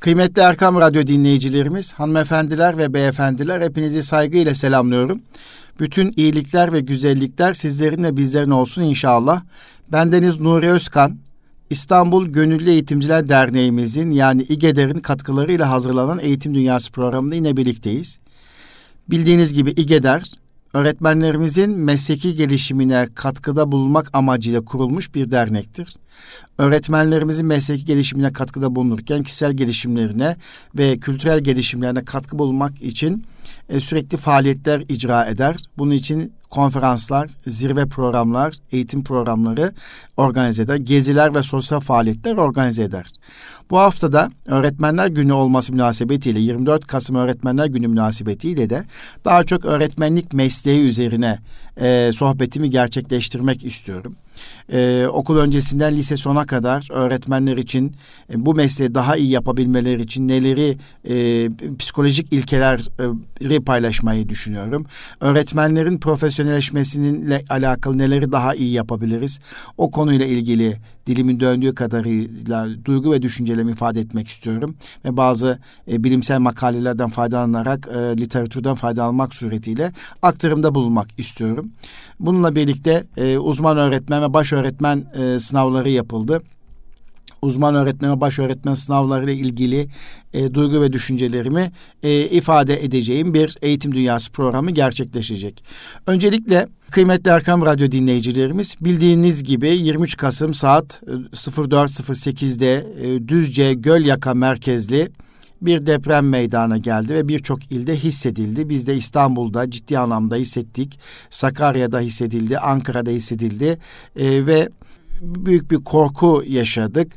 Kıymetli Erkam Radyo dinleyicilerimiz, hanımefendiler ve beyefendiler, hepinizi saygıyla selamlıyorum. Bütün iyilikler ve güzellikler sizlerin ve bizlerin olsun inşallah. Bendeniz Nuri Özkan, İstanbul Gönüllü Eğitimciler Derneğimizin yani İGEDER'in katkılarıyla hazırlanan Eğitim Dünyası programında yine birlikteyiz. Bildiğiniz gibi İGEDER, öğretmenlerimizin mesleki gelişimine katkıda bulunmak amacıyla kurulmuş bir dernektir. Öğretmenlerimizin mesleki gelişimine katkıda bulunurken kişisel gelişimlerine ve kültürel gelişimlerine katkı bulunmak için sürekli faaliyetler icra eder. Bunun için konferanslar, zirve programlar, eğitim programları organize eder. Geziler ve sosyal faaliyetler organize eder. Bu haftada Öğretmenler Günü olması münasebetiyle 24 Kasım Öğretmenler Günü münasebetiyle de daha çok öğretmenlik mesleği üzerine sohbetimi gerçekleştirmek istiyorum. Okul öncesinden lise sona kadar öğretmenler için bu mesleği daha iyi yapabilmeleri için neleri psikolojik ilkeleri paylaşmayı düşünüyorum. Öğretmenlerin profesyonelleşmesiyle alakalı neleri daha iyi yapabiliriz? O konuyla ilgili dilimin döndüğü kadarıyla duygu ve düşüncelerimi ifade etmek istiyorum. Ve bazı bilimsel makalelerden faydalanarak literatürden faydalanmak suretiyle aktarımda bulunmak istiyorum. Bununla birlikte uzman öğretmen ve baş öğretmen sınavları yapıldı. Uzman öğretmen ve baş öğretmen sınavlarıyla ilgili duygu ve düşüncelerimi ifade edeceğim bir Eğitim Dünyası programı gerçekleşecek. Öncelikle kıymetli Erkam Radyo dinleyicilerimiz, bildiğiniz gibi 23 Kasım saat 04.08'de Düzce Gölyaka merkezli bir deprem meydana geldi ve birçok ilde hissedildi. Biz de İstanbul'da ciddi anlamda hissettik. Sakarya'da hissedildi, Ankara'da hissedildi ve büyük bir korku yaşadık.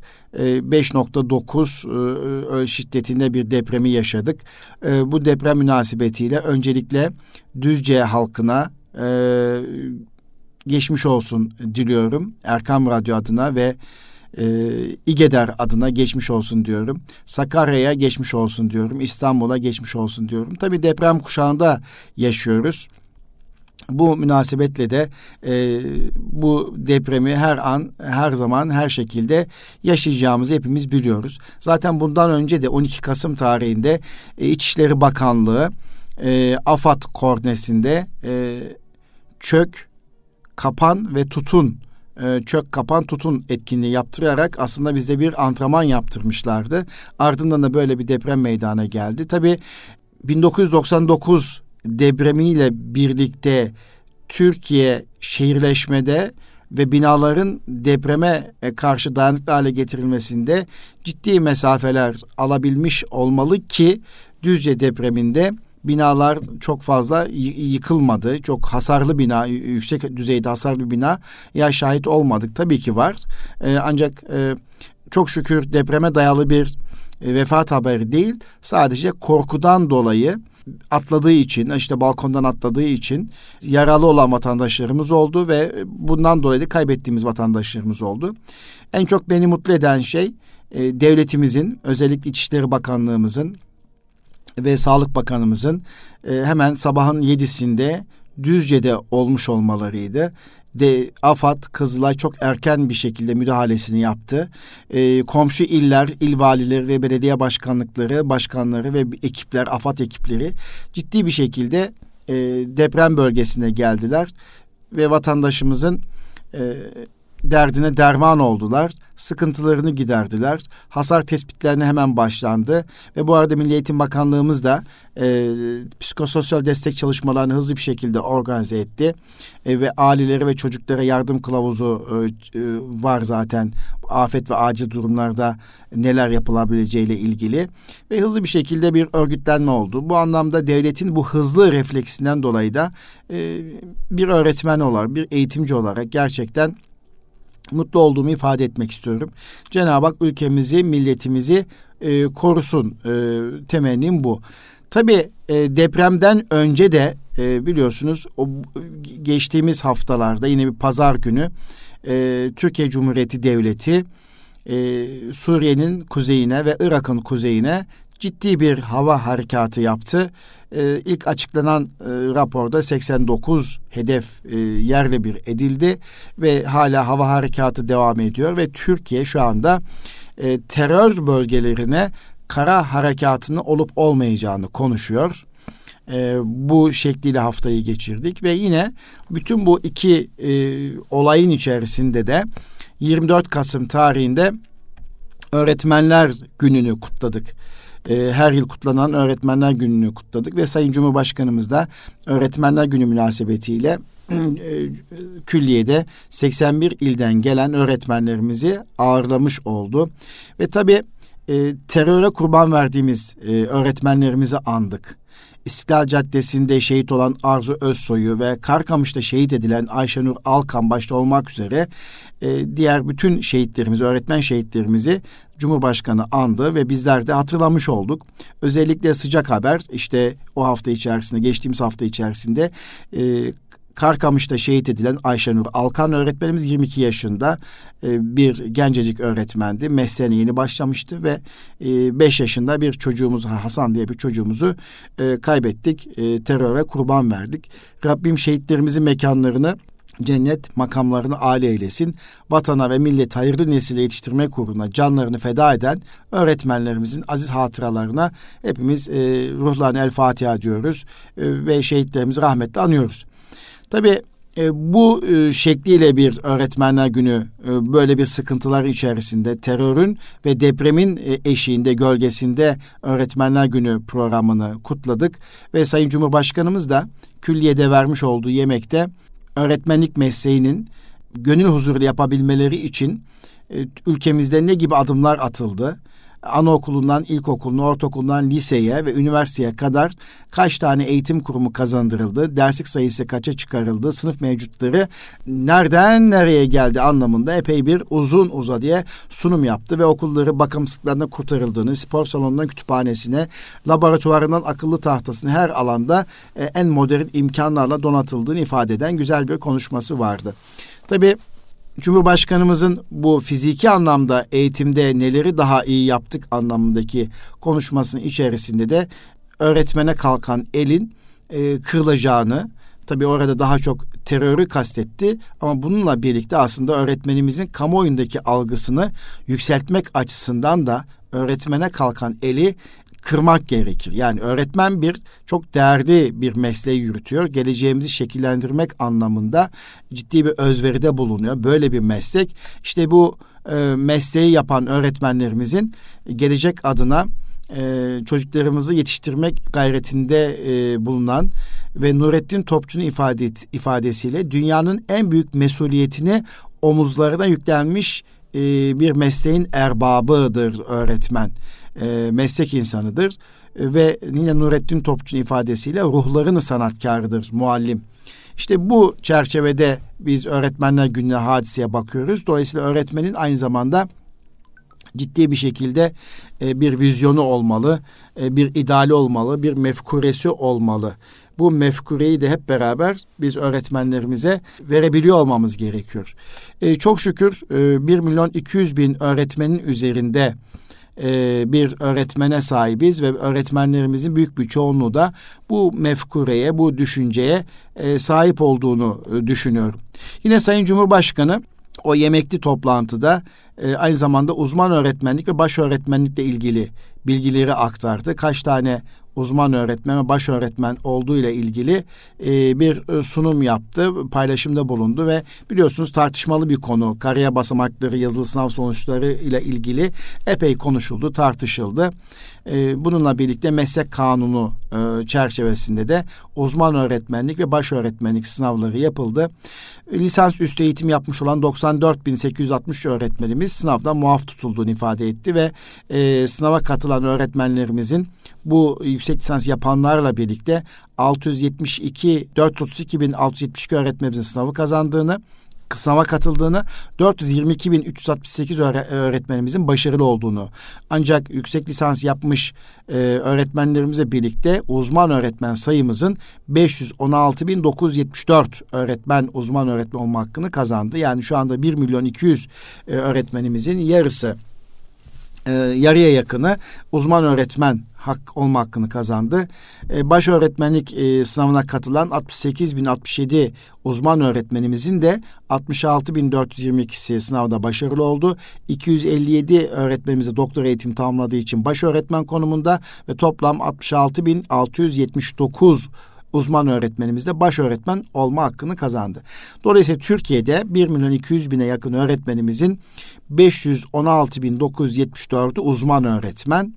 5.9 şiddetinde bir depremi yaşadık. Bu deprem münasebetiyle öncelikle Düzce halkına geçmiş olsun diliyorum. Erkam Radyo adına ve İGEDER adına geçmiş olsun diyorum. Sakarya'ya geçmiş olsun diyorum. İstanbul'a geçmiş olsun diyorum. Tabii deprem kuşağında yaşıyoruz. Bu münasebetle de bu depremi her an, her zaman, her şekilde yaşayacağımızı hepimiz biliyoruz. Zaten bundan önce de 12 Kasım tarihinde İçişleri Bakanlığı AFAD koordnesinde çök, kapan ve tutun, çök, kapan, tutun etkinliği yaptırarak aslında bizde bir antrenman yaptırmışlardı. Ardından da böyle bir deprem meydana geldi. Tabii 1999 depremiyle birlikte Türkiye şehirleşmede ve binaların depreme karşı dayanıklı hale getirilmesinde ciddi mesafeler alabilmiş olmalı ki Düzce depreminde binalar çok fazla yıkılmadı. Çok hasarlı bina, yüksek düzeyde hasarlı bina ya şahit olmadık. Tabii ki var. Ancak çok şükür depreme dayalı bir vefat haberi değil. Sadece korkudan dolayı atladığı için, işte balkondan atladığı için yaralı olan vatandaşlarımız oldu ve bundan dolayı da kaybettiğimiz vatandaşlarımız oldu. En çok beni mutlu eden şey devletimizin, özellikle İçişleri Bakanlığımızın ve Sağlık Bakanımızın hemen sabahın 7'sinde Düzce'de olmuş olmalarıydı. AFAD, Kızılay çok erken bir şekilde müdahalesini yaptı. Komşu iller, il valileri ve belediye başkanları ve ekipler, AFAD ekipleri ciddi bir şekilde deprem bölgesine geldiler ve vatandaşımızın derdine derman oldular. Sıkıntılarını giderdiler. Hasar tespitlerine hemen başlandı. Ve bu arada Milli Eğitim Bakanlığımız da psikososyal destek çalışmalarını hızlı bir şekilde organize etti. Ve aileleri ve çocuklara yardım kılavuzu var zaten. Afet ve acil durumlarda neler yapılabileceğiyle ilgili. Ve hızlı bir şekilde bir örgütlenme oldu. Bu anlamda devletin bu hızlı refleksinden dolayı da bir öğretmen olarak, bir eğitimci olarak gerçekten mutlu olduğumu ifade etmek istiyorum. Cenab-ı Hak ülkemizi, milletimizi korusun. Temennim bu. Tabii depremden önce de biliyorsunuz geçtiğimiz haftalarda yine bir pazar günü Türkiye Cumhuriyeti Devleti Suriye'nin kuzeyine ve Irak'ın kuzeyine ciddi bir hava harekatı yaptı. İlk açıklanan raporda 89 hedef yerle bir edildi ve hala hava harekatı devam ediyor ve Türkiye şu anda terör bölgelerine kara harekatının olup olmayacağını konuşuyor. Bu şekliyle haftayı geçirdik ve yine bütün bu iki olayın içerisinde de 24 Kasım tarihinde Öğretmenler Günü'nü kutladık. Her yıl kutlanan Öğretmenler Günü'nü kutladık ve Sayın Cumhurbaşkanımız da Öğretmenler Günü münasebetiyle külliyede 81 ilden gelen öğretmenlerimizi ağırlamış oldu. Ve tabii teröre kurban verdiğimiz öğretmenlerimizi andık. İstiklal Caddesi'nde şehit olan Arzu Özsoy'u ve Karkamış'ta şehit edilen Ayşenur Alkan başta olmak üzere diğer bütün şehitlerimizi, öğretmen şehitlerimizi Cumhurbaşkanı andı ve bizler de hatırlamış olduk. Özellikle sıcak haber işte o hafta içerisinde, geçtiğimiz hafta içerisinde Karkamış'ta şehit edilen Ayşenur Alkan öğretmenimiz 22 yaşında bir gencecik öğretmendi. Mesleğine yeni başlamıştı ve 5 yaşında bir çocuğumuzu, Hasan diye bir çocuğumuzu kaybettik. Teröre kurban verdik. Rabbim şehitlerimizin mekanlarını cennet makamlarını âli eylesin. Vatana ve millet hayırlı nesile yetiştirmek uğruna canlarını feda eden öğretmenlerimizin aziz hatıralarına hepimiz ruhlarına el Fatiha diyoruz ve şehitlerimizi rahmetle anıyoruz. Tabii bu şekliyle bir Öğretmenler Günü böyle bir sıkıntılar içerisinde terörün ve depremin eşiğinde, gölgesinde Öğretmenler Günü programını kutladık. Ve Sayın Cumhurbaşkanımız da külliyede vermiş olduğu yemekte öğretmenlik mesleğinin gönül huzurlu yapabilmeleri için ülkemizde ne gibi adımlar atıldı? Anaokulundan ilkokuluna, ortaokulundan liseye ve üniversiteye kadar kaç tane eğitim kurumu kazandırıldı, derslik sayısı kaça çıkarıldı, sınıf mevcutları nereden nereye geldi anlamında epey bir uzun uzadıya sunum yaptı ve okulları bakımsızlıklarına kurtarıldığını, spor salonundan kütüphanesine, laboratuvarından akıllı tahtasına her alanda en modern imkanlarla donatıldığını ifade eden güzel bir konuşması vardı. Tabii Cumhurbaşkanımızın bu fiziki anlamda eğitimde neleri daha iyi yaptık anlamındaki konuşmasının içerisinde de öğretmene kalkan elin kırılacağını, tabii orada daha çok terörü kastetti ama bununla birlikte aslında öğretmenimizin kamuoyundaki algısını yükseltmek açısından da öğretmene kalkan eli kırmak gerekir. Yani öğretmen çok değerli bir mesleği yürütüyor. Geleceğimizi şekillendirmek anlamında ciddi bir özveride bulunuyor. Böyle bir meslek. İşte bu mesleği yapan öğretmenlerimizin gelecek adına çocuklarımızı yetiştirmek gayretinde bulunan ve Nurettin Topçu'nun ifadesiyle dünyanın en büyük mesuliyetini omuzlarına yüklenmiş bir mesleğin erbabıdır öğretmen. Meslek insanıdır ve yine Nurettin Topçu'nun ifadesiyle ruhlarını sanatkarıdır muallim. İşte bu çerçevede biz Öğretmenler Günü'ne, hadiseye bakıyoruz. Dolayısıyla öğretmenin aynı zamanda ciddi bir şekilde bir vizyonu olmalı, bir ideali olmalı, bir mefkuresi olmalı. Bu mefkureyi de hep beraber biz öğretmenlerimize verebiliyor olmamız gerekiyor. Çok şükür 1.200.000 öğretmenin üzerinde bir öğretmene sahibiz ve öğretmenlerimizin büyük bir çoğunluğu da bu mefkureye, bu düşünceye sahip olduğunu düşünüyorum. Yine Sayın Cumhurbaşkanı o yemekli toplantıda aynı zamanda uzman öğretmenlik ve baş öğretmenlikle ilgili bilgileri aktardı. Kaç tane uzman öğretmen ve baş öğretmen olduğu ile ilgili bir sunum yaptı, paylaşımda bulundu ve biliyorsunuz tartışmalı bir konu. Kariyer basamakları, yazılı sınav sonuçları ile ilgili epey konuşuldu, tartışıldı. Bununla birlikte meslek kanunu çerçevesinde de uzman öğretmenlik ve baş öğretmenlik sınavları yapıldı. Lisans üstü eğitim yapmış olan 94.860 öğretmenimiz sınavdan muaf tutulduğunu ifade etti ve sınava katılan öğretmenlerimizin bu yüksek lisans yapanlarla birlikte 432.672 öğretmenimizin sınava katıldığını, 422.368 öğretmenimizin başarılı olduğunu, ancak yüksek lisans yapmış öğretmenlerimizle birlikte uzman öğretmen sayımızın 516.974 öğretmen, uzman öğretmen olma hakkını kazandı. Yani şu anda 1.200.000 öğretmenimizin yarısı yarıya yakını uzman öğretmen olma hakkını kazandı. Baş öğretmenlik sınavına katılan 68.067 uzman öğretmenimizin de 66.422'si sınavda başarılı oldu. 257 öğretmenimiz doktora eğitimi tamamladığı için baş öğretmen konumunda ve toplam 66.679 uzman öğretmenimiz de baş öğretmen olma hakkını kazandı. Dolayısıyla Türkiye'de 1.200.000'e yakın öğretmenimizin 516.974'ü uzman öğretmen,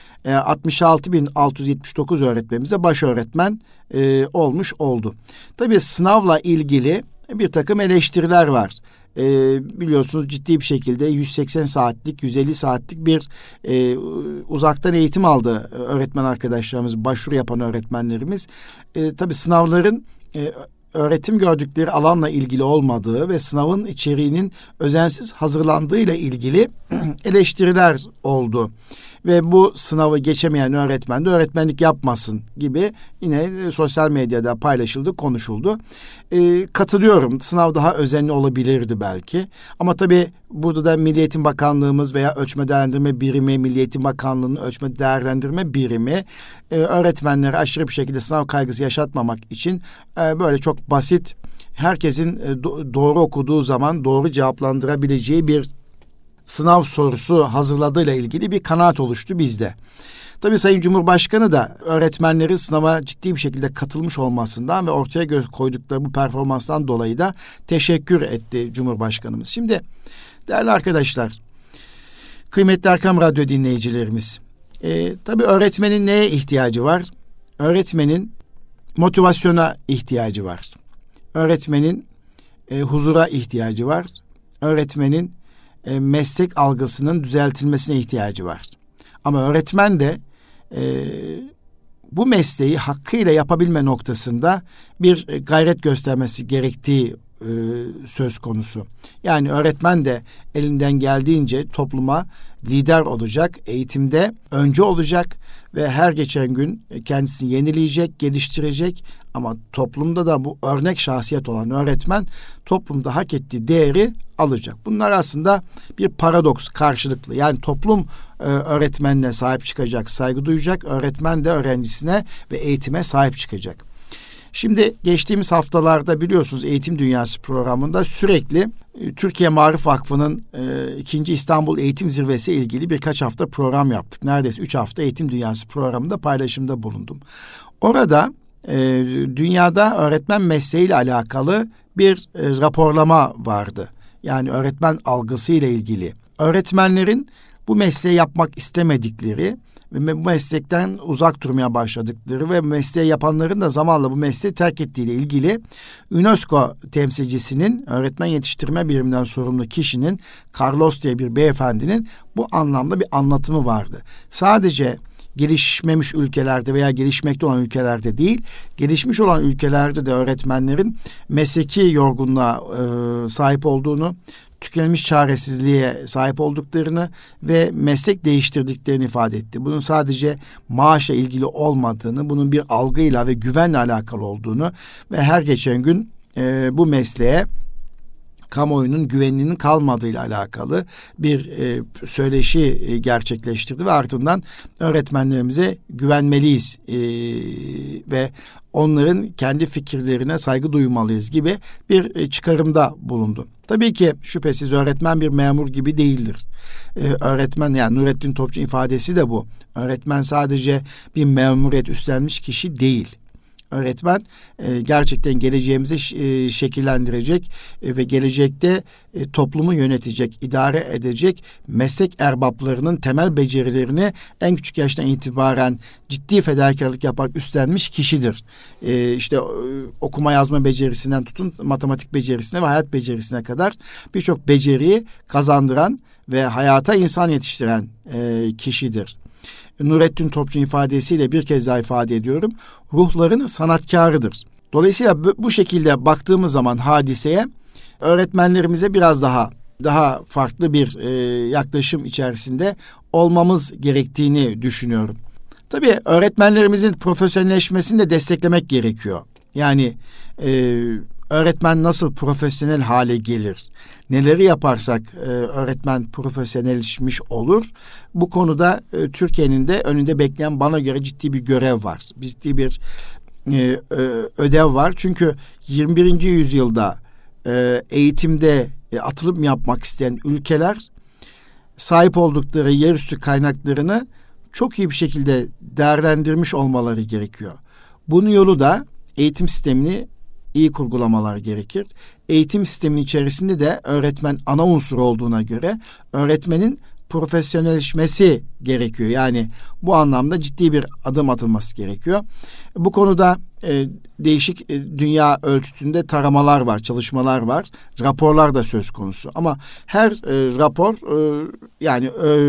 66.679 öğretmenimiz de baş öğretmen olmuş oldu. Tabii sınavla ilgili bir takım eleştiriler var. Biliyorsunuz ciddi bir şekilde 180 saatlik, 150 saatlik bir uzaktan eğitim aldı öğretmen arkadaşlarımız, başvuru yapan öğretmenlerimiz. Tabii sınavların öğretim gördükleri alanla ilgili olmadığı ve sınavın içeriğinin özensiz hazırlandığıyla ilgili eleştiriler oldu. Ve bu sınavı geçemeyen öğretmen de öğretmenlik yapmasın gibi yine sosyal medyada paylaşıldı, konuşuldu. Katılıyorum, sınav daha özenli olabilirdi belki. Ama tabii burada da Milli Eğitim Bakanlığımız veya Ölçme Değerlendirme Birimi, Milli Eğitim Bakanlığı'nın Ölçme Değerlendirme Birimi öğretmenlere aşırı bir şekilde sınav kaygısı yaşatmamak için böyle çok basit, herkesin doğru okuduğu zaman doğru cevaplandırabileceği bir sınav sorusu hazırladığıyla ilgili bir kanaat oluştu bizde. Tabii Sayın Cumhurbaşkanı da öğretmenlerin sınava ciddi bir şekilde katılmış olmasından ve ortaya koydukları bu performanstan dolayı da teşekkür etti Cumhurbaşkanımız. Şimdi değerli arkadaşlar, kıymetli Erkam Radyo dinleyicilerimiz, tabii öğretmenin neye ihtiyacı var? Öğretmenin motivasyona ihtiyacı var. Öğretmenin huzura ihtiyacı var. Öğretmenin meslek algısının düzeltilmesine ihtiyacı var. Ama öğretmen de bu mesleği hakkıyla yapabilme noktasında bir gayret göstermesi gerektiği söz konusu. Yani öğretmen de elinden geldiğince topluma lider olacak, eğitimde öncü olacak ve her geçen gün kendisini yenileyecek, geliştirecek. Ama toplumda da bu örnek şahsiyet olan öğretmen toplumda hak ettiği değeri alacak. Bunlar aslında bir paradoks, karşılıklı. Yani toplum öğretmenine sahip çıkacak, saygı duyacak, öğretmen de öğrencisine ve eğitime sahip çıkacak. Şimdi geçtiğimiz haftalarda biliyorsunuz Eğitim Dünyası programında sürekli Türkiye Maarif Vakfı'nın 2. İstanbul Eğitim Zirvesi ile ilgili birkaç hafta program yaptık. Neredeyse 3 hafta Eğitim Dünyası programında paylaşımda bulundum. Orada dünyada öğretmen mesleğiyle alakalı bir raporlama vardı. Yani öğretmen algısı ile ilgili. Öğretmenlerin bu mesleği yapmak istemedikleri ve bu meslekten uzak durmaya başladıkları ve mesleği yapanların da zamanla bu mesleği terk ettiğiyle ilgili UNESCO temsilcisinin, öğretmen yetiştirme biriminden sorumlu kişinin, Carlos diye bir beyefendinin bu anlamda bir anlatımı vardı. Sadece gelişmemiş ülkelerde veya gelişmekte olan ülkelerde değil, gelişmiş olan ülkelerde de öğretmenlerin mesleki yorgunluğa sahip olduğunu, tükenmiş çaresizliğe sahip olduklarını ve meslek değiştirdiklerini ifade etti. Bunun sadece maaşla ilgili olmadığını, bunun bir algıyla ve güvenle alakalı olduğunu ve her geçen gün bu mesleğe kamuoyunun güveninin kalmadığıyla alakalı bir söyleşi gerçekleştirdi ve ardından öğretmenlerimize güvenmeliyiz ve onların kendi fikirlerine saygı duymalıyız gibi bir çıkarımda bulundu. Tabii ki şüphesiz öğretmen bir memur gibi değildir. Öğretmen, yani Nurettin Topçu ifadesi de bu. Öğretmen sadece bir memuriyet üstlenmiş kişi değil. Öğretmen gerçekten geleceğimizi şekillendirecek ve gelecekte toplumu yönetecek, idare edecek meslek erbaplarının temel becerilerini en küçük yaştan itibaren ciddi fedakarlık yaparak üstlenmiş kişidir. İşte okuma yazma becerisinden tutun matematik becerisine ve hayat becerisine kadar birçok beceriyi kazandıran ve hayata insan yetiştiren kişidir. Nurettin Topçu ifadesiyle bir kez daha ifade ediyorum, ruhların sanatkarıdır. Dolayısıyla bu şekilde baktığımız zaman hadiseye, öğretmenlerimize biraz daha farklı bir yaklaşım içerisinde olmamız gerektiğini düşünüyorum. Tabii öğretmenlerimizin profesyonelleşmesini de desteklemek gerekiyor. Yani öğretmen nasıl profesyonel hale gelir? Neleri yaparsak öğretmen profesyonelleşmiş olur? Bu konuda Türkiye'nin de önünde bekleyen bana göre ciddi bir görev var. Ciddi bir ödev var. Çünkü 21. yüzyılda eğitimde atılım yapmak isteyen ülkeler sahip oldukları yerüstü kaynaklarını çok iyi bir şekilde değerlendirmiş olmaları gerekiyor. Bunun yolu da eğitim sistemini iyi kurgulamalar gerekir. Eğitim sisteminin içerisinde de öğretmen ana unsur olduğuna göre öğretmenin profesyonelleşmesi gerekiyor. Yani bu anlamda ciddi bir adım atılması gerekiyor. Bu konuda değişik dünya ölçütünde taramalar var, çalışmalar var, raporlar da söz konusu. Ama her rapor yani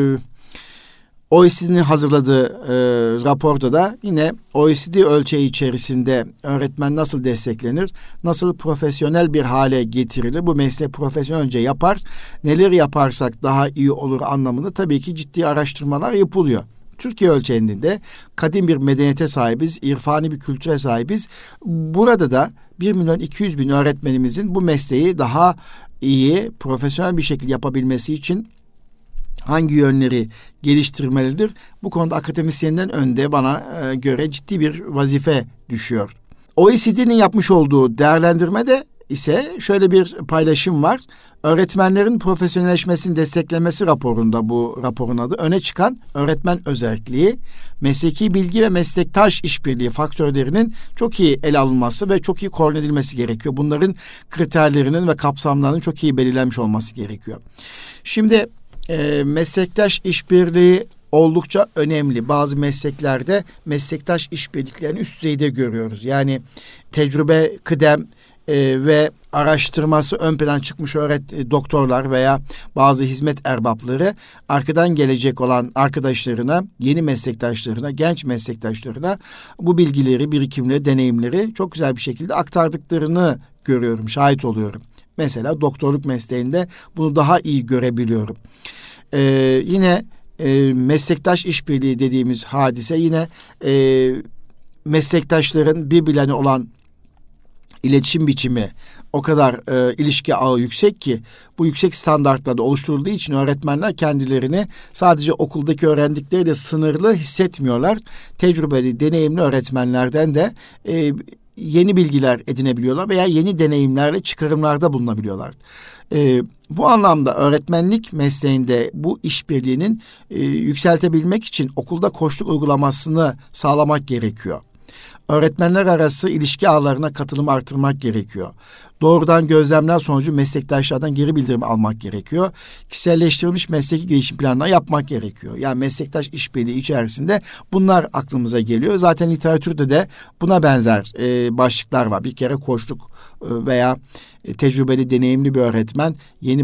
OECD'nin hazırladığı raporda da yine OECD ölçeği içerisinde öğretmen nasıl desteklenir, nasıl profesyonel bir hale getirilir, bu mesleği profesyonelce yapar, neler yaparsak daha iyi olur anlamında tabii ki ciddi araştırmalar yapılıyor. Türkiye ölçeğinde de kadim bir medeniyete sahibiz, irfani bir kültüre sahibiz. Burada da 1.200.000 öğretmenimizin bu mesleği daha iyi, profesyonel bir şekilde yapabilmesi için hangi yönleri geliştirmelidir? Bu konuda akademisyenden önde bana göre ciddi bir vazife düşüyor. OECD'nin yapmış olduğu değerlendirmede ise şöyle bir paylaşım var. Öğretmenlerin profesyonelleşmesini desteklemesi raporunda, bu raporun adı, öne çıkan öğretmen özelliği, mesleki bilgi ve meslektaş işbirliği faktörlerinin çok iyi ele alınması ve çok iyi koordine edilmesi gerekiyor. Bunların kriterlerinin ve kapsamlarının çok iyi belirlenmiş olması gerekiyor. Şimdi meslektaş işbirliği oldukça önemli. Bazı mesleklerde meslektaş işbirliklerini üst düzeyde görüyoruz. Yani tecrübe, kıdem ve araştırması ön plana çıkmış doktorlar veya bazı hizmet erbapları arkadan gelecek olan arkadaşlarına, yeni meslektaşlarına, genç meslektaşlarına bu bilgileri, birikimleri, deneyimleri çok güzel bir şekilde aktardıklarını görüyorum, şahit oluyorum. Mesela doktorluk mesleğinde bunu daha iyi görebiliyorum. Yine meslektaş işbirliği dediğimiz hadise yine meslektaşların birbirlerine olan iletişim biçimi o kadar ilişki ağı yüksek ki bu yüksek standartlarda oluşturulduğu için öğretmenler kendilerini sadece okuldaki öğrendikleriyle sınırlı hissetmiyorlar. Tecrübeli, deneyimli öğretmenlerden de yeni bilgiler edinebiliyorlar veya yeni deneyimlerle çıkarımlarda bulunabiliyorlar. Bu anlamda öğretmenlik mesleğinde bu işbirliğinin yükseltebilmek için okulda koçluk uygulamasını sağlamak gerekiyor. Öğretmenler arası ilişki ağlarına katılımı artırmak gerekiyor. Doğrudan gözlemler sonucu meslektaşlardan geri bildirim almak gerekiyor. Kişiselleştirilmiş mesleki gelişim planları yapmak gerekiyor. Yani meslektaş işbirliği içerisinde bunlar aklımıza geliyor. Zaten literatürde de buna benzer başlıklar var. Bir kere koçluk veya tecrübeli, deneyimli bir öğretmen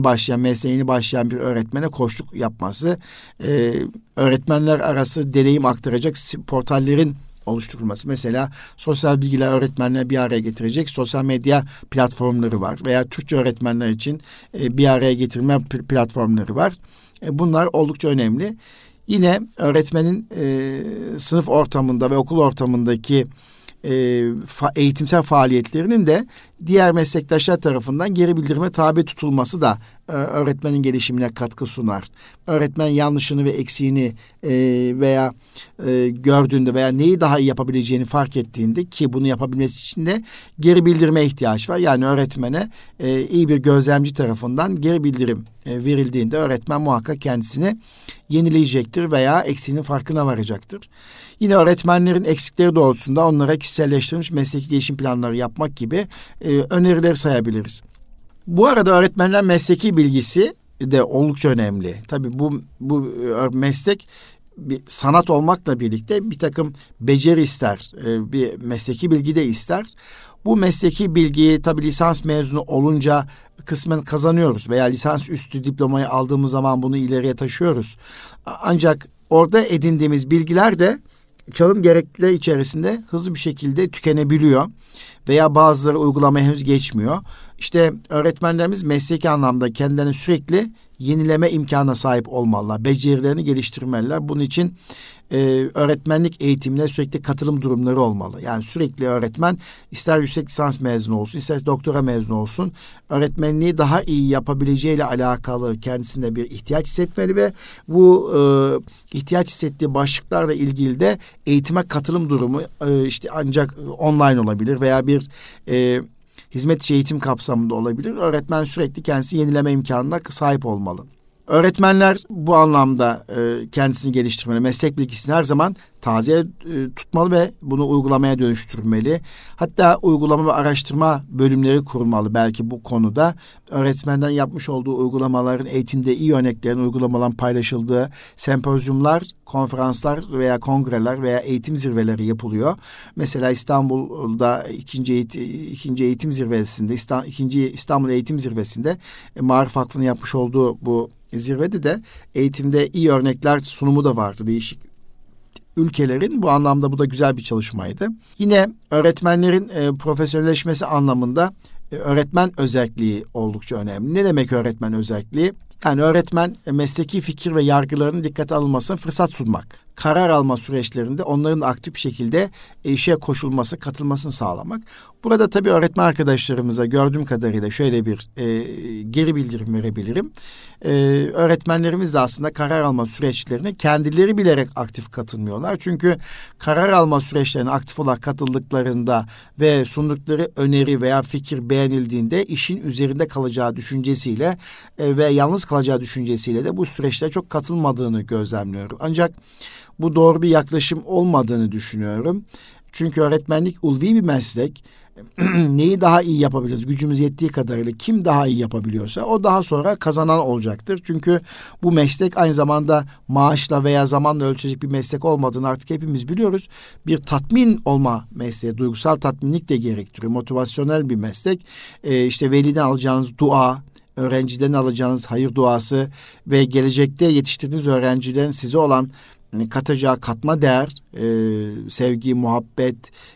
yeni başlayan bir öğretmene koçluk yapması, öğretmenler arası deneyim aktaracak portallerin oluşturulması. Mesela sosyal bilgiler öğretmenleri bir araya getirecek sosyal medya platformları var veya Türkçe öğretmenler için bir araya getirme platformları var. Bunlar oldukça önemli. Yine öğretmenin sınıf ortamında ve okul ortamındaki eğitimsel faaliyetlerinin de diğer meslektaşlar tarafından geri bildirime tabi tutulması da öğretmenin gelişimine katkı sunar. Öğretmen yanlışını ve eksiğini veya gördüğünde veya neyi daha iyi yapabileceğini fark ettiğinde, ki bunu yapabilmesi için de geri bildirime ihtiyaç var. Yani öğretmene iyi bir gözlemci tarafından geri bildirim verildiğinde öğretmen muhakkak kendisini yenileyecektir veya eksiğinin farkına varacaktır. Yine öğretmenlerin eksikleri doğrultusunda onlara kişiselleştirilmiş mesleki gelişim planları yapmak gibi önerileri sayabiliriz. Bu arada öğretmenler mesleki bilgisi de oldukça önemli. Tabii bu meslek bir sanat olmakla birlikte bir takım beceri ister, bir mesleki bilgi de ister. Bu mesleki bilgiyi tabii lisans mezunu olunca kısmen kazanıyoruz veya lisans üstü diplomayı aldığımız zaman bunu ileriye taşıyoruz. Ancak orada edindiğimiz bilgiler de çağın gereklileri içerisinde hızlı bir şekilde tükenebiliyor veya bazıları uygulamaya henüz geçmiyor. İşte öğretmenlerimiz mesleki anlamda kendilerini sürekli yenileme imkanına sahip olmalılar. Becerilerini geliştirmeliler. Bunun için öğretmenlik eğitimine sürekli katılım durumları olmalı. Yani sürekli öğretmen ister yüksek lisans mezunu olsun, ister doktora mezunu olsun, öğretmenliği daha iyi yapabileceğiyle alakalı kendisinde bir ihtiyaç hissetmeli ve bu ihtiyaç hissettiği başlıklarla ilgili de eğitime katılım durumu işte ancak online olabilir veya bir hizmet içi eğitim kapsamında olabilir. Öğretmen sürekli kendisi yenileme imkanına sahip olmalı. Öğretmenler bu anlamda kendisini geliştirmeli. Meslek bilgisini her zaman taze tutmalı ve bunu uygulamaya dönüştürmeli. Hatta uygulama ve araştırma bölümleri kurmalı belki bu konuda. Öğretmenlerin yapmış olduğu uygulamaların eğitimde iyi örneklerin uygulamaların paylaşıldığı sempozyumlar, konferanslar veya kongreler veya eğitim zirveleri yapılıyor. Mesela İstanbul'da ikinci eğitim zirvesinde, İstanbul Eğitim Zirvesi'nde Maarif Vakfı'nın yapmış olduğu bu zirvede de eğitimde iyi örnekler sunumu da vardı değişik ülkelerin. Bu anlamda bu da güzel bir çalışmaydı. Yine öğretmenlerin profesyonelleşmesi anlamında öğretmen özelliği oldukça önemli. Ne demek öğretmen özelliği? Yani öğretmen mesleki fikir ve yargılarının dikkate alınmasına fırsat sunmak. Karar alma süreçlerinde onların aktif bir şekilde işe koşulması, katılmasını sağlamak. Burada tabii öğretmen arkadaşlarımıza gördüğüm kadarıyla şöyle bir geri bildirim verebilirim. Öğretmenlerimiz de aslında karar alma süreçlerine kendileri bilerek aktif katılmıyorlar. Çünkü karar alma süreçlerine aktif olarak katıldıklarında ve sundukları öneri veya fikir beğenildiğinde işin üzerinde kalacağı düşüncesiyle ve yalnız kalacağı düşüncesiyle de bu süreçlere çok katılmadığını gözlemliyorum. Ancak bu doğru bir yaklaşım olmadığını düşünüyorum. Çünkü öğretmenlik ulvi bir meslek. Neyi daha iyi yapabiliriz? Gücümüz yettiği kadarıyla kim daha iyi yapabiliyorsa o daha sonra kazanan olacaktır. Çünkü bu meslek aynı zamanda maaşla veya zamanla ölçecek bir meslek olmadığını artık hepimiz biliyoruz. Bir tatmin olma mesleği, duygusal tatminlik de gerektiriyor. Motivasyonel bir meslek. İşte veliden alacağınız dua, öğrenciden alacağınız hayır duası ve gelecekte yetiştirdiğiniz öğrencilerin size olan katacağı katma değer, sevgi, muhabbet,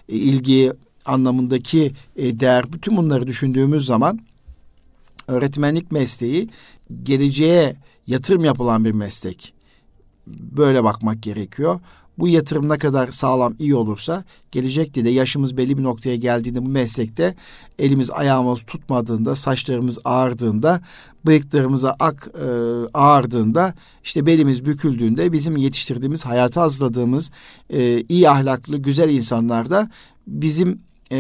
ilgi anlamındaki değer, bütün bunları düşündüğümüz zaman öğretmenlik mesleği geleceğe yatırım yapılan bir meslek. Böyle bakmak gerekiyor. Bu yatırım ne kadar sağlam, iyi olursa gelecekte de yaşımız belli bir noktaya geldiğinde bu meslekte elimiz ayağımız tutmadığında, saçlarımız ağardığında, bıyıklarımıza ağardığında, işte belimiz büküldüğünde bizim yetiştirdiğimiz, hayata hazırladığımız iyi ahlaklı, güzel insanlar da bizim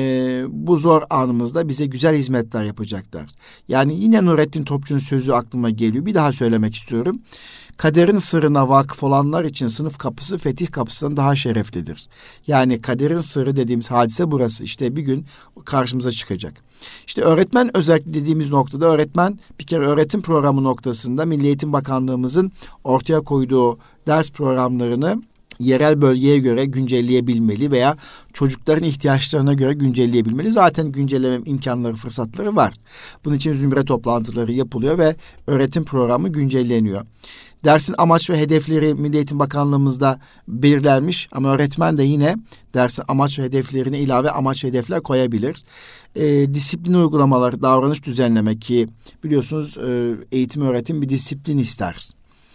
bu zor anımızda bize güzel hizmetler yapacaklar. Yani yine Nurettin Topçu'nun sözü aklıma geliyor. Bir daha söylemek istiyorum. Kaderin sırrına vakıf olanlar için sınıf kapısı fetih kapısından daha şereflidir. Yani kaderin sırrı dediğimiz hadise burası. İşte bir gün karşımıza çıkacak. İşte öğretmen özellikle dediğimiz noktada öğretmen bir kere öğretim programı noktasında Milli Eğitim Bakanlığımızın ortaya koyduğu ders programlarını yerel bölgeye göre güncelleyebilmeli veya çocukların ihtiyaçlarına göre güncelleyebilmeli. Zaten güncelleme imkanları, fırsatları var. Bunun için zümre toplantıları yapılıyor ve öğretim programı güncelleniyor. Dersin amaç ve hedefleri Milli Eğitim Bakanlığımızda belirlenmiş ama öğretmen de yine dersin amaç ve hedeflerine ilave amaç ve hedefler koyabilir. Disiplin uygulamaları, davranış düzenleme ki biliyorsunuz eğitim öğretim bir disiplin ister.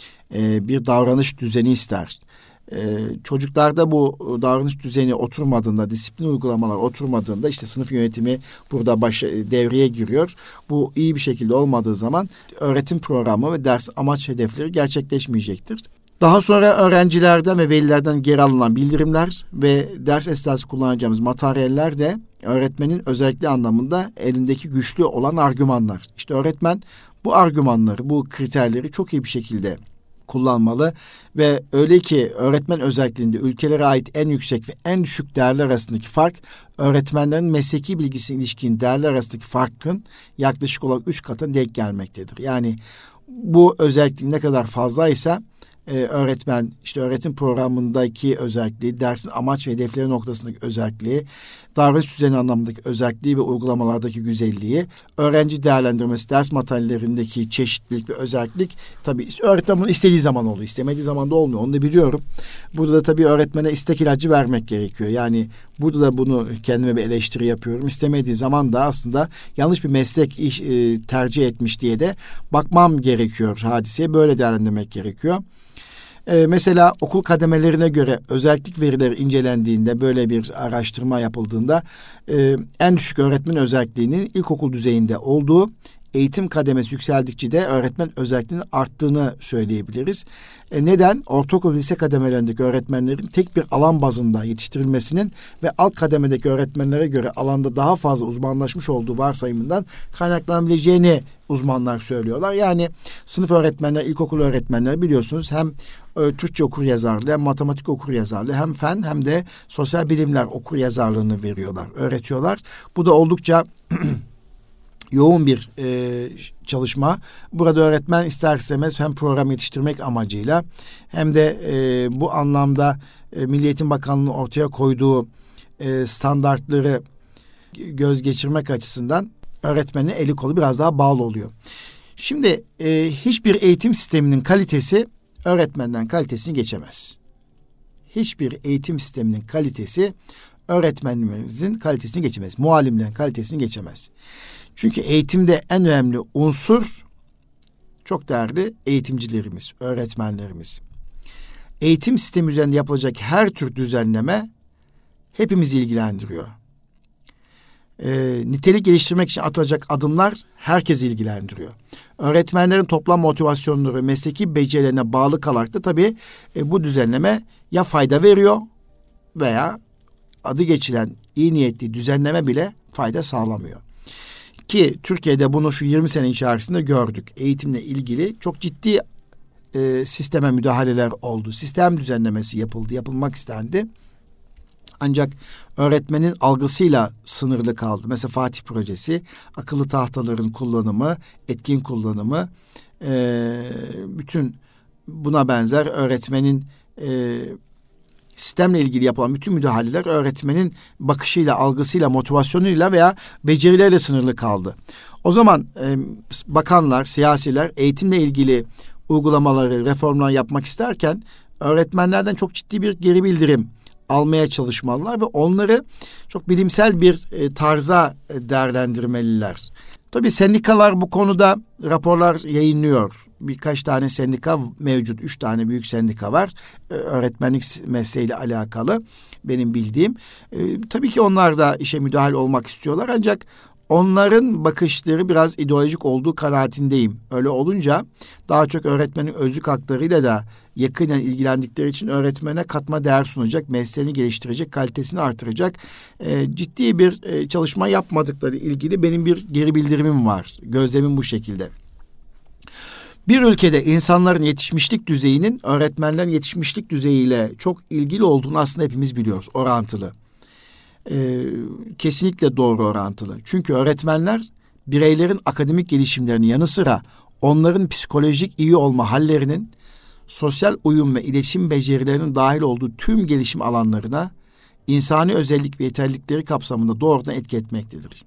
Bir davranış düzeni ister. Çocuklarda bu davranış düzeni oturmadığında, disiplin uygulamalar oturmadığında işte sınıf yönetimi burada devreye giriyor. Bu iyi bir şekilde olmadığı zaman öğretim programı ve ders amaç hedefleri gerçekleşmeyecektir. Daha sonra öğrencilerden ve velilerden geri alınan bildirimler ve ders esnası kullanacağımız materyaller de öğretmenin özellikle anlamında elindeki güçlü olan argümanlar. İşte öğretmen bu argümanları, bu kriterleri çok iyi bir şekilde kullanmalı ve öyle ki öğretmen özelliğinde ülkelere ait en yüksek ve en düşük değerler arasındaki fark öğretmenlerin mesleki bilgisine ilişkin değerler arasındaki farkın yaklaşık olarak 3 katına denk gelmektedir. Yani bu özellik ne kadar fazlaysa öğretmen işte öğretim programındaki özelliği, dersin amaç ve hedefleri noktasındaki özelliği, davranış düzeni anlamındaki özelliği ve uygulamalardaki güzelliği, öğrenci değerlendirmesi, ders materyallerindeki çeşitlilik ve özellik. Tabii öğretmen bunu istediği zaman oluyor, istemediği zaman da olmuyor. Onu da biliyorum. Burada da tabii öğretmene istek ilacı vermek gerekiyor. Yani burada da bunu kendime bir eleştiri yapıyorum. İstemediği zaman da aslında yanlış bir meslek tercih etmiş diye de bakmam gerekiyor hadiseye. Böyle değerlendirmek gerekiyor. Mesela okul kademelerine göre özellik verileri incelendiğinde, böyle bir araştırma yapıldığında en düşük öğretmen özelliğinin ilkokul düzeyinde olduğu, eğitim kademesi yükseldikçe de öğretmen özelliğinin arttığını söyleyebiliriz. Neden? Ortaokul, lise kademelerindeki öğretmenlerin tek bir alan bazında yetiştirilmesinin ve alt kademedeki öğretmenlere göre alanda daha fazla uzmanlaşmış olduğu varsayımından kaynaklanabileceğini uzmanlar söylüyorlar. Yani sınıf öğretmenleri, ilkokul öğretmenleri biliyorsunuz hem Türkçe okuryazarlığı, hem matematik okuryazarlığı, hem fen hem de sosyal bilimler okuryazarlığını veriyorlar, öğretiyorlar. Bu da oldukça yoğun bir çalışma. Burada öğretmen ister istemez hem program yetiştirmek amacıyla hem de bu anlamda Milli Eğitim Bakanlığı'nın ortaya koyduğu standartları göz geçirmek açısından öğretmenin eli kolu biraz daha bağlı oluyor. Şimdi hiçbir eğitim sisteminin kalitesi öğretmenden kalitesini geçemez. Hiçbir eğitim sisteminin kalitesi öğretmenimizin kalitesini geçemez. Muallimlerin kalitesini geçemez. Çünkü eğitimde en önemli unsur çok değerli eğitimcilerimiz, öğretmenlerimiz. Eğitim sistemi üzerinde yapılacak her tür düzenleme hepimizi ilgilendiriyor. Nitelik geliştirmek için atılacak adımlar herkesi ilgilendiriyor. Öğretmenlerin toplam motivasyonları, mesleki becerilerine bağlı kalarak da tabii bu düzenleme ya fayda veriyor veya adı geçilen iyi niyetli düzenleme bile fayda sağlamıyor. Ki Türkiye'de bunu şu 20 sene içerisinde gördük. Eğitimle ilgili çok ciddi sisteme müdahaleler oldu. Sistem düzenlemesi yapıldı, yapılmak istendi. Ancak öğretmenin algısıyla sınırlı kaldı. Mesela Fatih Projesi, akıllı tahtaların kullanımı, etkin kullanımı, bütün buna benzer öğretmenin sistemle ilgili yapılan bütün müdahaleler öğretmenin bakışıyla, algısıyla, motivasyonuyla veya becerilerle sınırlı kaldı. O zaman bakanlar, siyasiler eğitimle ilgili uygulamaları, reformlar yapmak isterken öğretmenlerden çok ciddi bir geri bildirim almaya çalışmalılar ve onları çok bilimsel bir tarza değerlendirmeliler. Tabii sendikalar bu konuda raporlar yayınlıyor. Birkaç tane sendika mevcut. 3 tane büyük sendika var. Öğretmenlik mesleğiyle alakalı benim bildiğim. Tabii ki onlar da işe müdahale olmak istiyorlar. Ancak onların bakışları biraz ideolojik olduğu kanaatindeyim. Öyle olunca daha çok öğretmenin özlük haklarıyla da yakından ilgilendikleri için öğretmene katma değer sunacak, mesleğini geliştirecek, kalitesini artıracak ciddi bir çalışma yapmadıkları ilgili benim bir geri bildirimim var. Gözlemim bu şekilde. Bir ülkede insanların yetişmişlik düzeyinin öğretmenlerin yetişmişlik düzeyiyle çok ilgili olduğunu aslında hepimiz biliyoruz, orantılı. Kesinlikle doğru orantılı. Çünkü öğretmenler bireylerin akademik gelişimlerinin yanı sıra onların psikolojik iyi olma hallerinin, sosyal uyum ve iletişim becerilerinin dahil olduğu tüm gelişim alanlarına insani özellik ve yeterlilikleri kapsamında doğrudan etki etmektedir.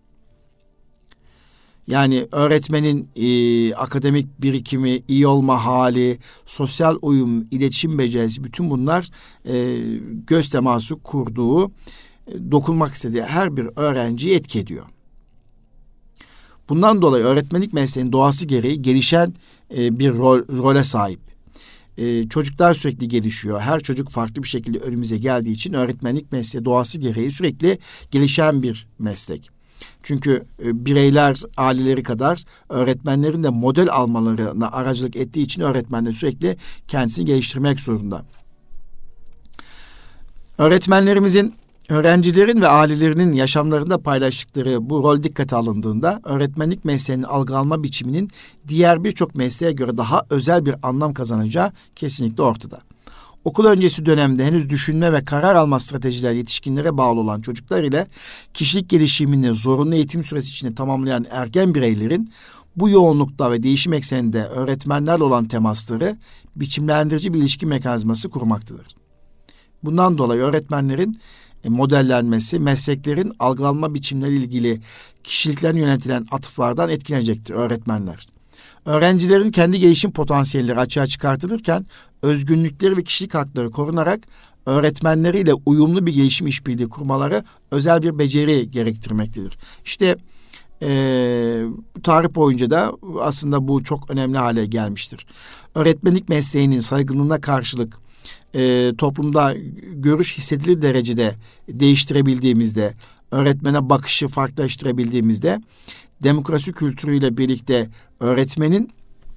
Yani öğretmenin akademik birikimi, iyi olma hali, sosyal uyum, iletişim becerisi, bütün bunlar göz teması kurduğu, dokunmak istediği her bir öğrenciyi etki ediyor. Bundan dolayı öğretmenlik mesleğinin doğası gereği gelişen bir role sahip. Çocuklar sürekli gelişiyor. Her çocuk farklı bir şekilde önümüze geldiği için öğretmenlik mesleği doğası gereği sürekli gelişen bir meslek. Çünkü bireyler aileleri kadar öğretmenlerin de model almalarına aracılık ettiği için öğretmenler sürekli kendisini geliştirmek zorunda. Öğretmenlerimizin, öğrencilerin ve ailelerinin yaşamlarında paylaştıkları bu rol dikkate alındığında öğretmenlik mesleğinin algılanma biçiminin diğer birçok mesleğe göre daha özel bir anlam kazanacağı kesinlikle ortada. Okul öncesi dönemde henüz düşünme ve karar alma stratejileri yetişkinlere bağlı olan çocuklar ile kişilik gelişimini zorunlu eğitim süresi içinde tamamlayan ergen bireylerin bu yoğunlukta ve değişim ekseninde öğretmenlerle olan temasları biçimlendirici bir ilişki mekanizması kurmaktadır. Bundan dolayı öğretmenlerin modellenmesi, mesleklerin algılanma biçimleri ilgili kişiliklerine yönetilen atıflardan etkilenecektir öğretmenler. Öğrencilerin kendi gelişim potansiyelleri açığa çıkartılırken özgünlükleri ve kişilik hakları korunarak öğretmenleriyle uyumlu bir gelişim işbirliği kurmaları özel bir beceri gerektirmektedir. İşte tarih boyunca da aslında bu çok önemli hale gelmiştir. Öğretmenlik mesleğinin saygınlığına karşılık toplumda görüş hissedilir derecede değiştirebildiğimizde, öğretmene bakışı farklılaştırabildiğimizde, demokrasi kültürüyle birlikte öğretmenin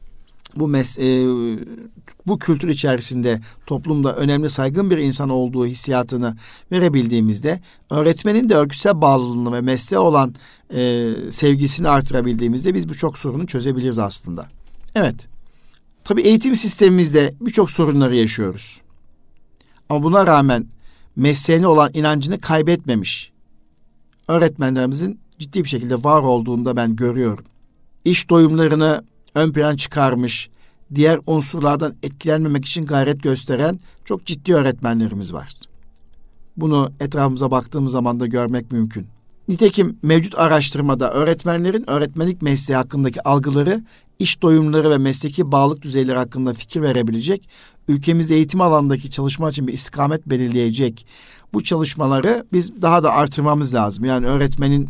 bu kültür içerisinde toplumda önemli saygın bir insan olduğu hissiyatını verebildiğimizde, öğretmenin de örgütsel bağlılığını ve mesleğe olan sevgisini artırabildiğimizde biz birçok sorunu çözebiliriz aslında. Evet, tabii eğitim sistemimizde birçok sorunları yaşıyoruz. Ama buna rağmen mesleğine olan inancını kaybetmemiş öğretmenlerimizin ciddi bir şekilde var olduğunu da ben görüyorum. İş doyumlarını ön plana çıkarmış, diğer unsurlardan etkilenmemek için gayret gösteren çok ciddi öğretmenlerimiz var. Bunu etrafımıza baktığımız zaman da görmek mümkün. Nitekim mevcut araştırmada öğretmenlerin öğretmenlik mesleği hakkındaki algıları, iş doyumları ve mesleki bağlılık düzeyleri hakkında fikir verebilecek, ülkemizde eğitim alanındaki çalışma için bir istikamet belirleyecek bu çalışmaları biz daha da artırmamız lazım. Yani öğretmenin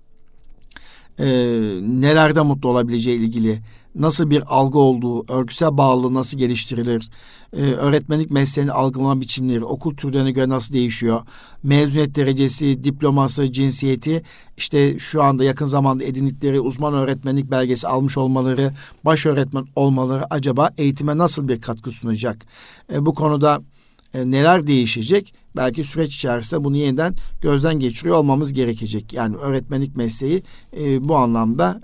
nelerde mutlu olabileceği ilgili, nasıl bir algı olduğu, örgütsel bağlılığı nasıl geliştirilir, öğretmenlik mesleğinin algılama biçimleri, okul türlerine göre nasıl değişiyor, mezuniyet derecesi, diploması, cinsiyeti, işte şu anda yakın zamanda edindikleri uzman öğretmenlik belgesi almış olmaları, baş öğretmen olmaları acaba eğitime nasıl bir katkı sunacak? Bu konuda neler değişecek? Belki süreç içerisinde bunu yeniden gözden geçiriyor olmamız gerekecek. Yani öğretmenlik mesleği bu anlamda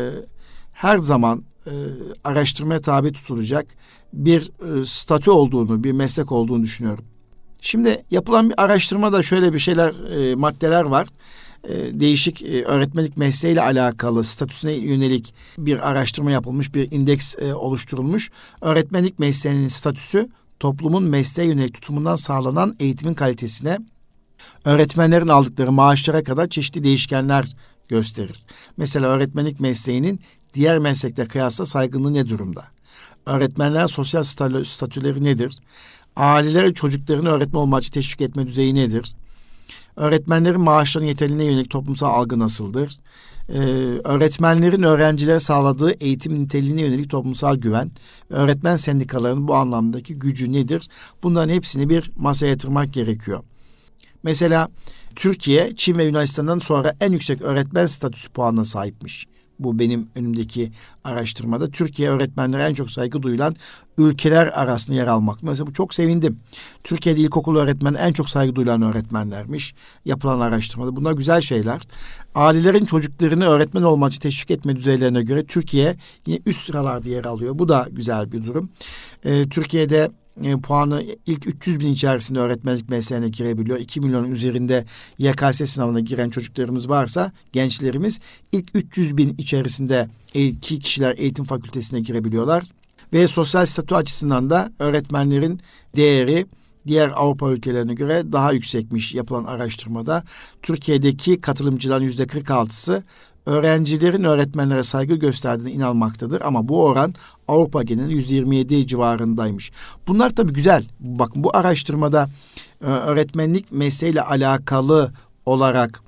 her zaman araştırmaya tabi tutulacak bir statü olduğunu, bir meslek olduğunu düşünüyorum. Şimdi yapılan bir araştırmada şöyle bir şeyler, maddeler var. Değişik öğretmenlik mesleğiyle alakalı statüsüne yönelik bir araştırma yapılmış, bir indeks oluşturulmuş. Öğretmenlik mesleğinin statüsü toplumun mesleğe yönelik tutumundan sağlanan eğitimin kalitesine, öğretmenlerin aldıkları maaşlara kadar çeşitli değişkenler gösterir. Mesela öğretmenlik mesleğinin diğer meslekle kıyasla saygınlığı ne durumda? Öğretmenlerin sosyal statüleri nedir? Aileler çocuklarını öğretmen olmak için teşvik etme düzeyi nedir? Öğretmenlerin maaşlarının yeterliliğine yönelik toplumsal algı nasıldır? Öğretmenlerin öğrencilere sağladığı eğitim niteliğine yönelik toplumsal güven ve öğretmen sendikalarının bu anlamdaki gücü nedir? Bunların hepsini bir masaya yatırmak gerekiyor. Mesela Türkiye, Çin ve Yunanistan'dan sonra en yüksek öğretmen statüsü puanına sahipmiş. Bu benim önümdeki araştırmada. Türkiye öğretmenlere en çok saygı duyulan ülkeler arasında yer almak. Mesela bu çok sevindim. Türkiye'de ilkokul öğretmeni en çok saygı duyulan öğretmenlermiş. Yapılan araştırmada. Bunlar güzel şeyler. Ailelerin çocuklarını öğretmen olmak için teşvik etme düzeylerine göre Türkiye yine üst sıralarda yer alıyor. Bu da güzel bir durum. Türkiye'de puanı ilk 300 bin içerisinde öğretmenlik mesleğine girebiliyor. 2 milyonun üzerinde YKS sınavına giren çocuklarımız varsa, gençlerimiz ilk 300 bin içerisinde kişiler eğitim fakültesine girebiliyorlar. Ve sosyal statü açısından da öğretmenlerin değeri diğer Avrupa ülkelerine göre daha yüksekmiş yapılan araştırmada. Türkiye'deki katılımcıların %46'sı öğrencilerin öğretmenlere saygı gösterdiğine inanmaktadır. Ama bu oran Avrupa genelinde 127 civarındaymış. Bunlar tabii güzel. Bakın bu araştırmada öğretmenlik mesleğiyle alakalı olarak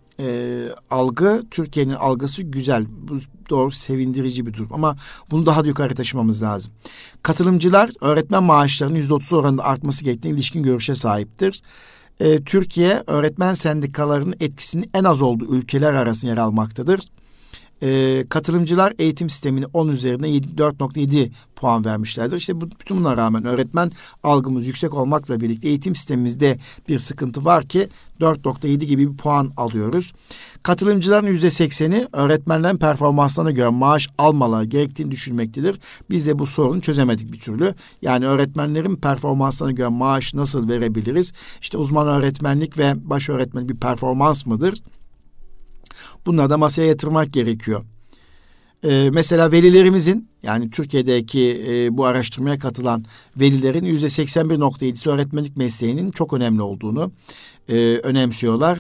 algı, Türkiye'nin algısı güzel. Bu doğru, sevindirici bir durum. Ama bunu daha da yukarı taşımamız lazım. Katılımcılar öğretmen maaşlarının %30 oranında artması gerektiğine ilişkin görüşe sahiptir. Türkiye öğretmen sendikalarının etkisinin en az olduğu ülkeler arasında yer almaktadır. Katılımcılar eğitim sistemine 10 üzerinden 4.7 puan vermişlerdir. İşte bütün buna rağmen öğretmen algımız yüksek olmakla birlikte eğitim sistemimizde bir sıkıntı var ki 4.7 gibi bir puan alıyoruz. Katılımcıların %80'i öğretmenlerin performanslarına göre maaş almaları gerektiğini düşünmektedir. Biz de bu sorunu çözemedik bir türlü. Yani öğretmenlerin performanslarına göre maaş nasıl verebiliriz? İşte uzman öğretmenlik ve baş öğretmenlik bir performans mıdır? Bunları da masaya yatırmak gerekiyor. Mesela velilerimizin, yani Türkiye'deki bu araştırmaya katılan velilerin %81.7'si öğretmenlik mesleğinin çok önemli olduğunu önemsiyorlar.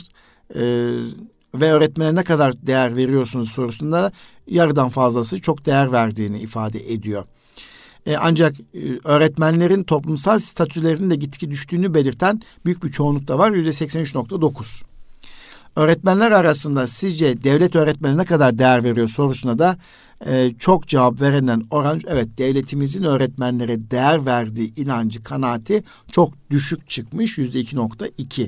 Ve öğretmene ne kadar değer veriyorsunuz sorusunda yarıdan fazlası çok değer verdiğini ifade ediyor. Ancak öğretmenlerin toplumsal statülerinin de gitgide düştüğünü belirten büyük bir çoğunluk da var, %83.9. Öğretmenler arasında sizce devlet öğretmene ne kadar değer veriyor sorusuna da çok cevap verilen oran, evet, devletimizin öğretmenlere değer verdiği inancı, kanaati çok düşük çıkmış, %2.2.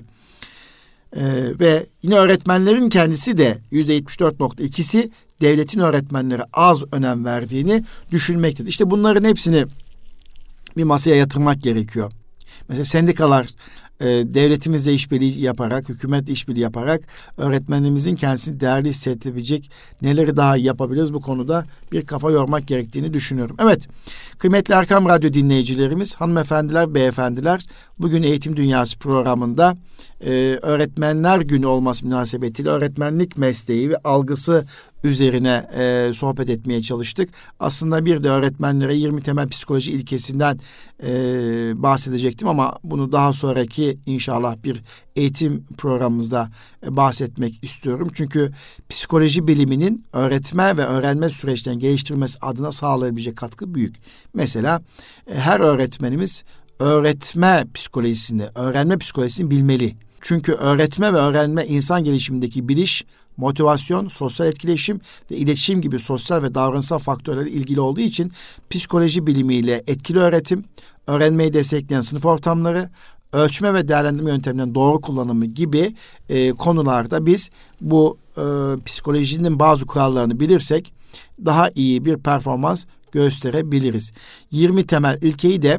Ve yine öğretmenlerin kendisi de %74.2'si devletin öğretmenlere az önem verdiğini düşünmektedir. İşte bunların hepsini bir masaya yatırmak gerekiyor. Mesela sendikalar devletimizle işbirliği yaparak, hükümetle işbirliği yaparak öğretmenimizin kendisini değerli hissettirebilecek neleri daha iyi yapabiliriz, bu konuda bir kafa yormak gerektiğini düşünüyorum. Evet, kıymetli Erkam Radyo dinleyicilerimiz, hanımefendiler, beyefendiler, bugün Eğitim Dünyası programında Öğretmenler Günü olması münasebetiyle öğretmenlik mesleği ve algısı üzerine sohbet etmeye çalıştık. Aslında bir de öğretmenlere 20 temel psikoloji ilkesinden bahsedecektim ama bunu daha sonraki inşallah bir eğitim programımızda bahsetmek istiyorum. Çünkü psikoloji biliminin öğretme ve öğrenme süreçlerini geliştirmesi adına sağlayabilecek katkı büyük. Mesela her öğretmenimiz öğretme psikolojisini, öğrenme psikolojisini bilmeli. Çünkü öğretme ve öğrenme insan gelişimindeki biliş, motivasyon, sosyal etkileşim ve iletişim gibi sosyal ve davranışsal faktörlerle ilgili olduğu için psikoloji bilimiyle etkili öğretim, öğrenmeyi destekleyen sınıf ortamları, ölçme ve değerlendirme yöntemlerinin doğru kullanımı gibi konularda biz bu psikolojinin bazı kurallarını bilirsek daha iyi bir performans gösterebiliriz. 20 temel ilkeyi de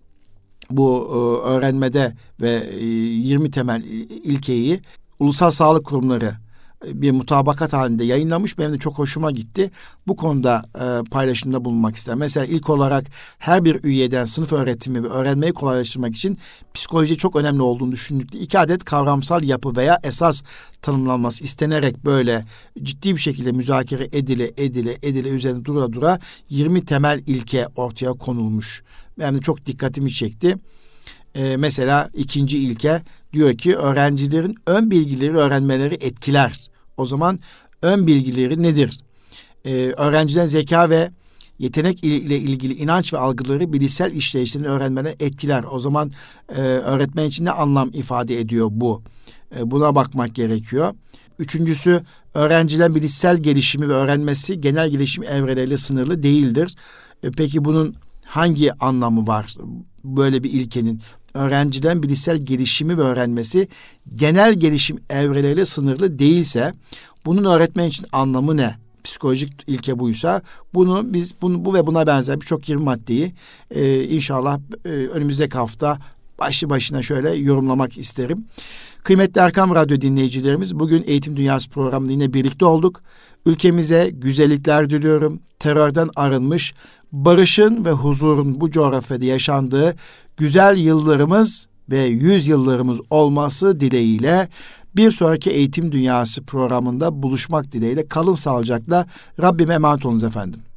bu öğrenmede ve 20 temel ilkeyi Ulusal Sağlık Kurumları bir mutabakat halinde yayınlamış. Benim de çok hoşuma gitti. Bu konuda paylaşımda bulunmak isterim. Mesela ilk olarak her bir üyeden sınıf öğretimi ve öğrenmeyi kolaylaştırmak için psikoloji çok önemli olduğunu düşündükleri 2 adet kavramsal yapı veya esas tanımlanması istenerek böyle ciddi bir şekilde müzakere edile üzerine dura 20 temel ilke ortaya konulmuş. Benim de çok dikkatimi çekti. Mesela 2. ilke diyor ki öğrencilerin ön bilgileri öğrenmeleri etkiler. O zaman ön bilgileri nedir? Öğrencilerin zeka ve yetenek ile ilgili inanç ve algıları bilişsel işleyişlerini öğrenmeleri etkiler. O zaman öğretmen için ne anlam ifade ediyor bu? Buna bakmak gerekiyor. 3. öğrencilerin bilişsel gelişimi ve öğrenmesi genel gelişim evreleriyle sınırlı değildir. Peki bunun hangi anlamı var böyle bir ilkenin? Öğrenciden bilişsel gelişimi ve öğrenmesi genel gelişim evreleriyle sınırlı değilse bunun öğretmen için anlamı ne? Psikolojik ilke buysa bu ve buna benzer birçok 20 maddeyi inşallah önümüzdeki hafta başlı başına şöyle yorumlamak isterim. Kıymetli Erkam Radyo dinleyicilerimiz, bugün Eğitim Dünyası programında yine birlikte olduk. Ülkemize güzellikler diliyorum. Terörden arınmış, barışın ve huzurun bu coğrafyada yaşandığı güzel yıllarımız ve 100 yıllarımız olması dileğiyle bir sonraki Eğitim Dünyası programında buluşmak dileğiyle kalın sağlıcakla. Rabbime emanet olunuz efendim.